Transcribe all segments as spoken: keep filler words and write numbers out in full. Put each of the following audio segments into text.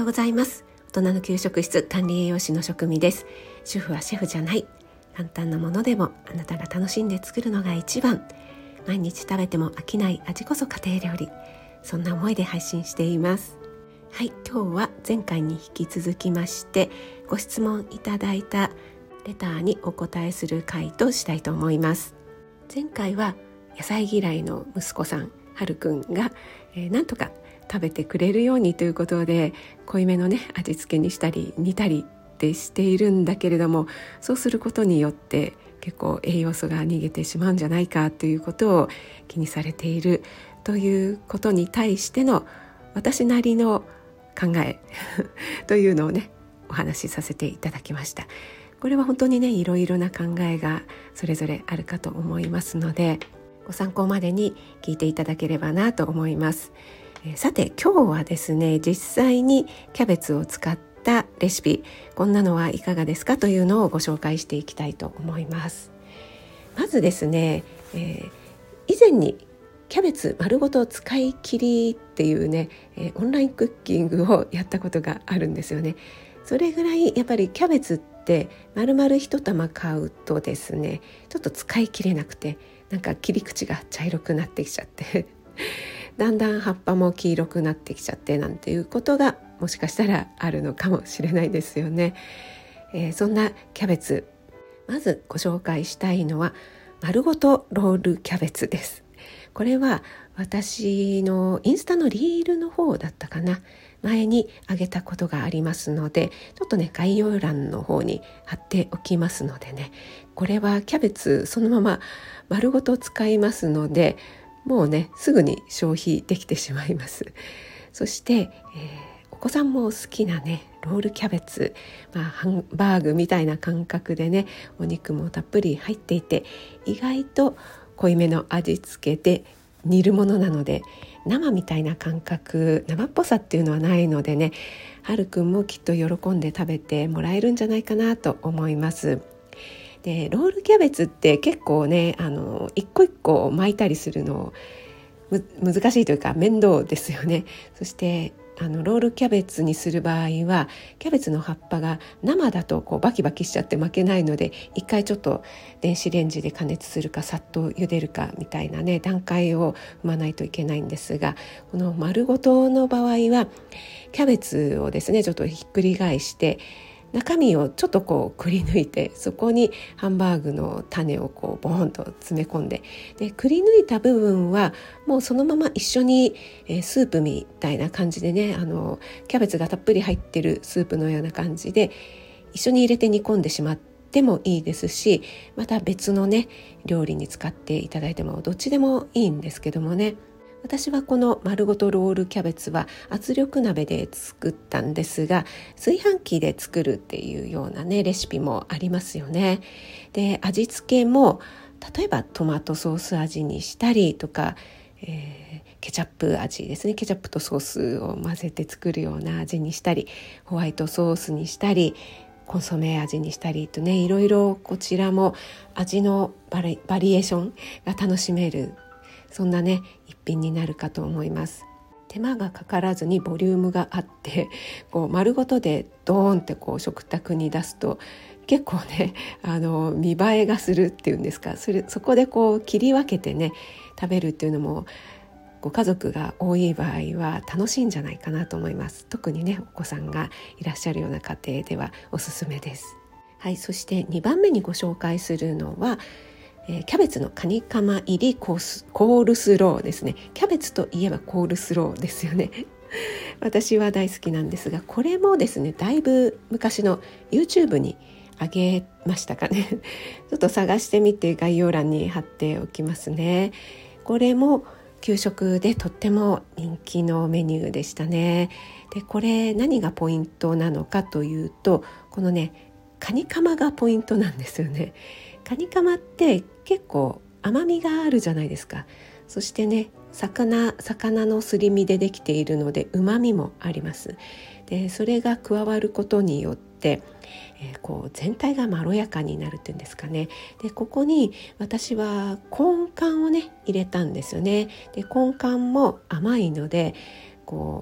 ございます。大人の給食室管理栄養士の食味です。主婦はシェフじゃない。簡単なものでもあなたが楽しんで作るのが一番。毎日食べても飽きない味こそ家庭料理。そんな思いで配信しています。はい、今日は前回に引き続きましてご質問いただいたレターにお答えする回としたいと思います。前回は野菜嫌いの息子さんはるくんが、えー、なんとか食べてくれるようにということで濃いめのね味付けにしたり煮たりってしているんだけれども、そうすることによって結構栄養素が逃げてしまうんじゃないかということを気にされているということに対しての私なりの考えというのをねお話しさせていただきました。これは本当にねいろいろな考えがそれぞれあるかと思いますので、ご参考までに聞いていただければなと思います。えー、さて今日はですね、実際にキャベツを使ったレシピ、こんなのはいかがですかというのをご紹介していきたいと思います。まずですね、えー、以前にキャベツ丸ごと使い切りっていうね、えー、オンラインクッキングをやったことがあるんですよね。それぐらいやっぱりキャベツって丸々一玉買うとですね、ちょっと使い切れなくて、なんか切り口が茶色くなってきちゃってだんだん葉っぱも黄色くなってきちゃってなんていうことがもしかしたらあるのかもしれないですよね。えー、そんなキャベツ、まずご紹介したいのは丸ごとロールキャベツです。これは私のインスタのリールの方だったかな、前に上げたことがありますので、ちょっとね概要欄の方に貼っておきますのでね、これはキャベツそのまま丸ごと使いますので、もうねすぐに消費できてしまいます。そして、えー、お子さんも好きなねロールキャベツ、まあ、ハンバーグみたいな感覚でねお肉もたっぷり入っていて、意外と濃いめの味付けで煮るものなので、生みたいな感覚、生っぽさっていうのはないのでね、はるくんもきっと喜んで食べてもらえるんじゃないかなと思います。でロールキャベツって結構ねあの一個一個巻いたりするのむ難しいというか面倒ですよね。そしてあのロールキャベツにする場合はキャベツの葉っぱが生だとこうバキバキしちゃって巻けないので、一回ちょっと電子レンジで加熱するかさっと茹でるかみたいなね段階を踏まないといけないんですが、この丸ごとの場合はキャベツをですねちょっとひっくり返して中身をちょっとこうくり抜いて、そこにハンバーグの種をこうボーンと詰め込んで、でくり抜いた部分はもうそのまま一緒に、えー、スープみたいな感じでね、あのキャベツがたっぷり入ってるスープのような感じで一緒に入れて煮込んでしまってもいいですし、また別のね料理に使っていただいてもどっちでもいいんですけどもね、私はこの丸ごとロールキャベツは圧力鍋で作ったんですが、炊飯器で作るっていうようなねレシピもありますよね。で味付けも例えばトマトソース味にしたりとか、えー、ケチャップ味ですね、ケチャップとソースを混ぜて作るような味にしたり、ホワイトソースにしたり、コンソメ味にしたりとね、いろいろこちらも味のバリ、バリエーションが楽しめる、そんなね一品になるかと思います。手間がかからずにボリュームがあって、こう丸ごとでドーンってこう食卓に出すと結構ねあの見栄えがするっていうんですか、それそこでこう切り分けてね食べるっていうのもご家族が多い場合は楽しいんじゃないかなと思います。特にねお子さんがいらっしゃるような家庭ではおすすめです。はい、そしてにばんめにご紹介するのはキャベツのカニカマ入りコースコールスローですね。キャベツといえばコールスローですよね。私は大好きなんですが、これもですねだいぶ昔の YouTube に上げましたかね。ちょっと探してみて概要欄に貼っておきますね。これも給食でとっても人気のメニューでしたね。でこれ何がポイントなのかというと、このねカニカマがポイントなんですよね。カニカマって結構甘みがあるじゃないですか。そしてね魚魚のすり身でできているので旨味もあります。でそれが加わることによって、えー、こう全体がまろやかになるっていうんですかね。でここに私はコーン缶をね入れたんですよね。でコーン缶も甘いのでこ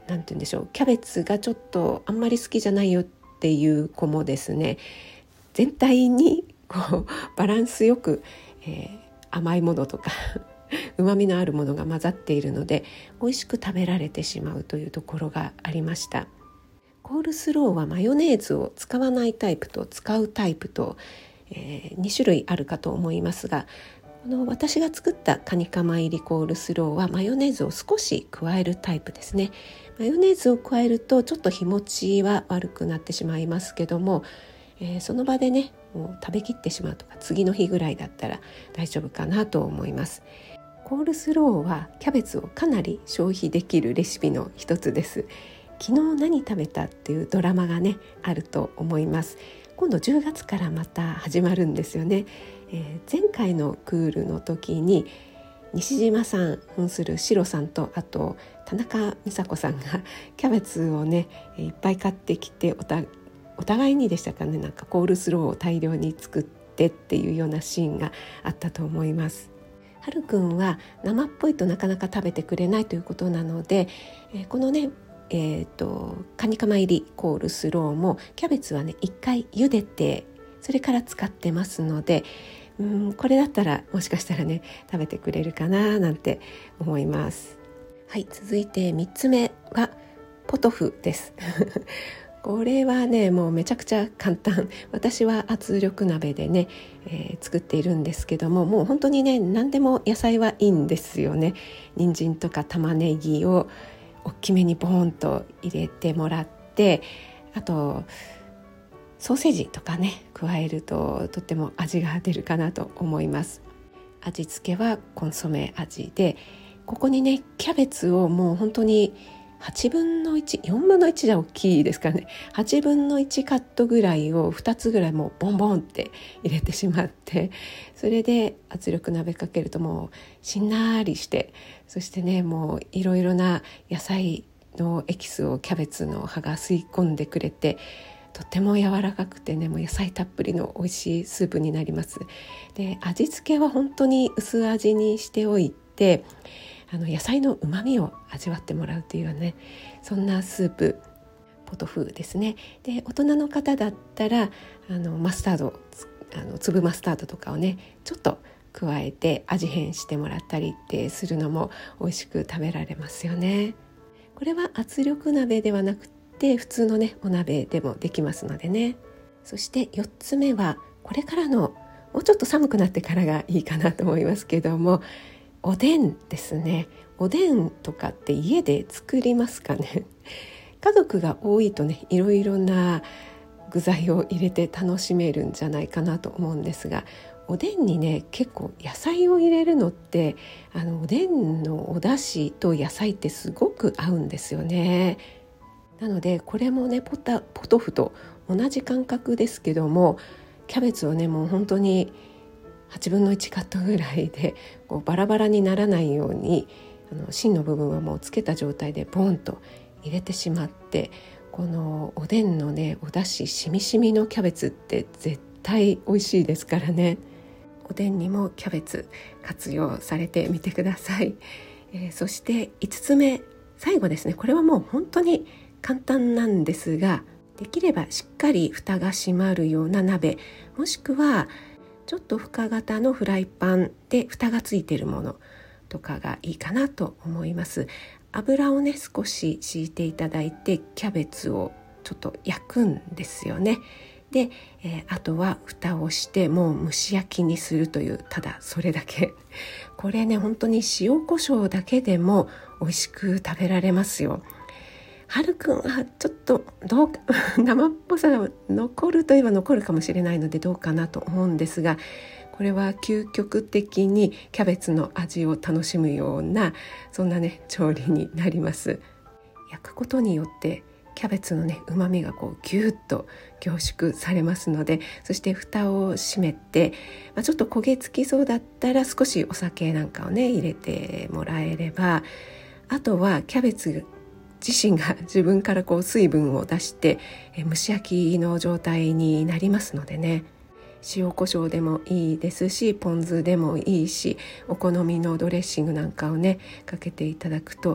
なんて言うんでしょう、キャベツがちょっとあんまり好きじゃないよっていう子もですね、全体にこうバランスよく、えー、甘いものとか旨味のあるものが混ざっているので美味しく食べられてしまうというところがありました。コールスローはマヨネーズを使わないタイプと使うタイプと、えー、に種類あるかと思いますが、この私が作ったカニカマ入りコールスローはマヨネーズを少し加えるタイプですね。マヨネーズを加えるとちょっと日持ちは悪くなってしまいますけども、えー、その場でねもう食べきってしまうとか次の日ぐらいだったら大丈夫かなと思います。コールスローはキャベツをかなり消費できるレシピの一つです。昨日何食べたっていうドラマがねあると思います。今度じゅうがつからまた始まるんですよね。えー、前回のクールの時に西島さん扮するシロさんとあと田中美佐子さんがキャベツをねいっぱい買ってきて お, たお互いにでしたかね、なんかコールスローを大量に作ってっていうようなシーンがあったと思います。はるくんは生っぽいとなかなか食べてくれないということなので、えー、このねえーと、カニカマ入りコールスローもキャベツはね一回茹でてそれから使ってますので、うん、これだったらもしかしたらね食べてくれるかななんて思います。はい、続いてみっつめはポトフですこれはねもうめちゃくちゃ簡単。私は圧力鍋でね、えー、作っているんですけども、もう本当にね何でも野菜はいいんですよね。人参とか玉ねぎを大きめにボーンと入れてもらって、あとソーセージとかね加えるととっても味が出るかなと思います。味付けはコンソメ味で、ここにねキャベツをもう本当にはちぶんのいち、よんぶんのいちじゃ大きいですからね、はちぶんのいちカットぐらいをふたつぐらいもうボンボンって入れてしまって、それで圧力鍋かけるともうしんなりして、そしてねもういろいろな野菜のエキスをキャベツの葉が吸い込んでくれて、とっても柔らかくてねもう野菜たっぷりの美味しいスープになります。で味付けは本当に薄味にしておいて、あの野菜のうまみを味わってもらうというね、そんなスープポトフですね。で大人の方だったらあのマスタード、あの粒マスタードとかをねちょっと加えて味変してもらったりってするのも美味しく食べられますよね。これは圧力鍋ではなくて普通のねお鍋でもできますのでね。そしてよっつめはこれからのもうちょっと寒くなってからがいいかなと思いますけども、おでんですね。おでんとかって家で作りますかね。家族が多いとねいろいろな具材を入れて楽しめるんじゃないかなと思うんですが、おでんにね結構野菜を入れるのってあのおでんのお出汁と野菜ってすごく合うんですよね。なのでこれもねポタポトフと同じ感覚ですけども、キャベツをねもう本当にはちぶんのいちカットぐらいでこうバラバラにならないように、あの芯の部分はもうつけた状態でボンと入れてしまって、このおでんのねお出汁しみしみのキャベツって絶対美味しいですからね。おでんにもキャベツ活用されてみてください。えー、そしていつつめ、最後ですね。これはもう本当に簡単なんですが、できればしっかり蓋が閉まるような鍋、もしくはちょっと深型のフライパンで蓋がついているものとかがいいかなと思います。油をね少し敷いていただいてキャベツをちょっと焼くんですよね。で、えー、あとは蓋をしてもう蒸し焼きにするという、ただそれだけ。これね本当に塩コショウだけでも美味しく食べられますよ。はるくんはちょっとどうか生っぽさが残るといえば残るかもしれないのでどうかなと思うんですが、これは究極的にキャベツの味を楽しむようなそんなね調理になります。焼くことによってキャベツのね旨味がこうギュッと凝縮されますので、そして蓋を閉めて、まあ、ちょっと焦げ付きそうだったら少しお酒なんかをね入れてもらえれば、あとはキャベツ自身が自分からこう水分を出してえ蒸し焼きの状態になりますのでね、塩コショウでもいいですしポン酢でもいいし、お好みのドレッシングなんかをねかけていただくと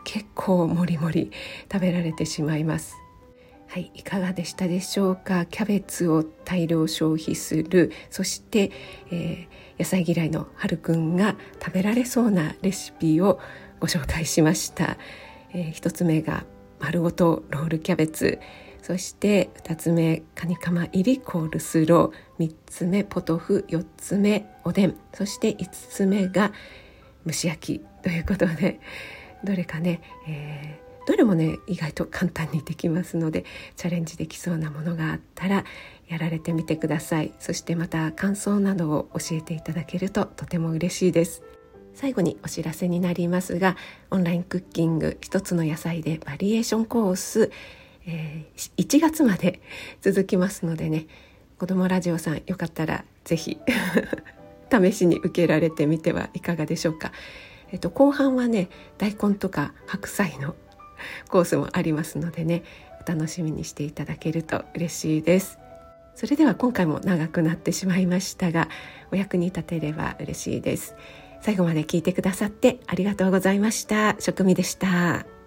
結構もりもり食べられてしまいます。はい、いかがでしたでしょうか。キャベツを大量消費する、そして、えー、野菜嫌いのはるくんが食べられそうなレシピをご紹介しました。えー、ひとつめが丸ごとロールキャベツ、そしてふたつめカニカマ入りコールスロー、みっつめポトフ、よっつめおでん、そしていつつめが蒸し焼きということで、どれかね、えーどれもね意外と簡単にできますので、チャレンジできそうなものがあったらやられてみてください。そしてまた感想などを教えていただけるととても嬉しいです。最後にお知らせになりますが、オンラインクッキング一つの野菜でバリエーションコース、えー、いちがつまで続きますのでね、子どもラジオさんよかったらぜひ試しに受けられてみてはいかがでしょうか。えっと、後半はね大根とか白菜のコースもありますのでね、お楽しみにしていただけると嬉しいです。それでは今回も長くなってしまいましたが、お役に立てれば嬉しいです。最後まで聞いてくださってありがとうございました。しょくみでした。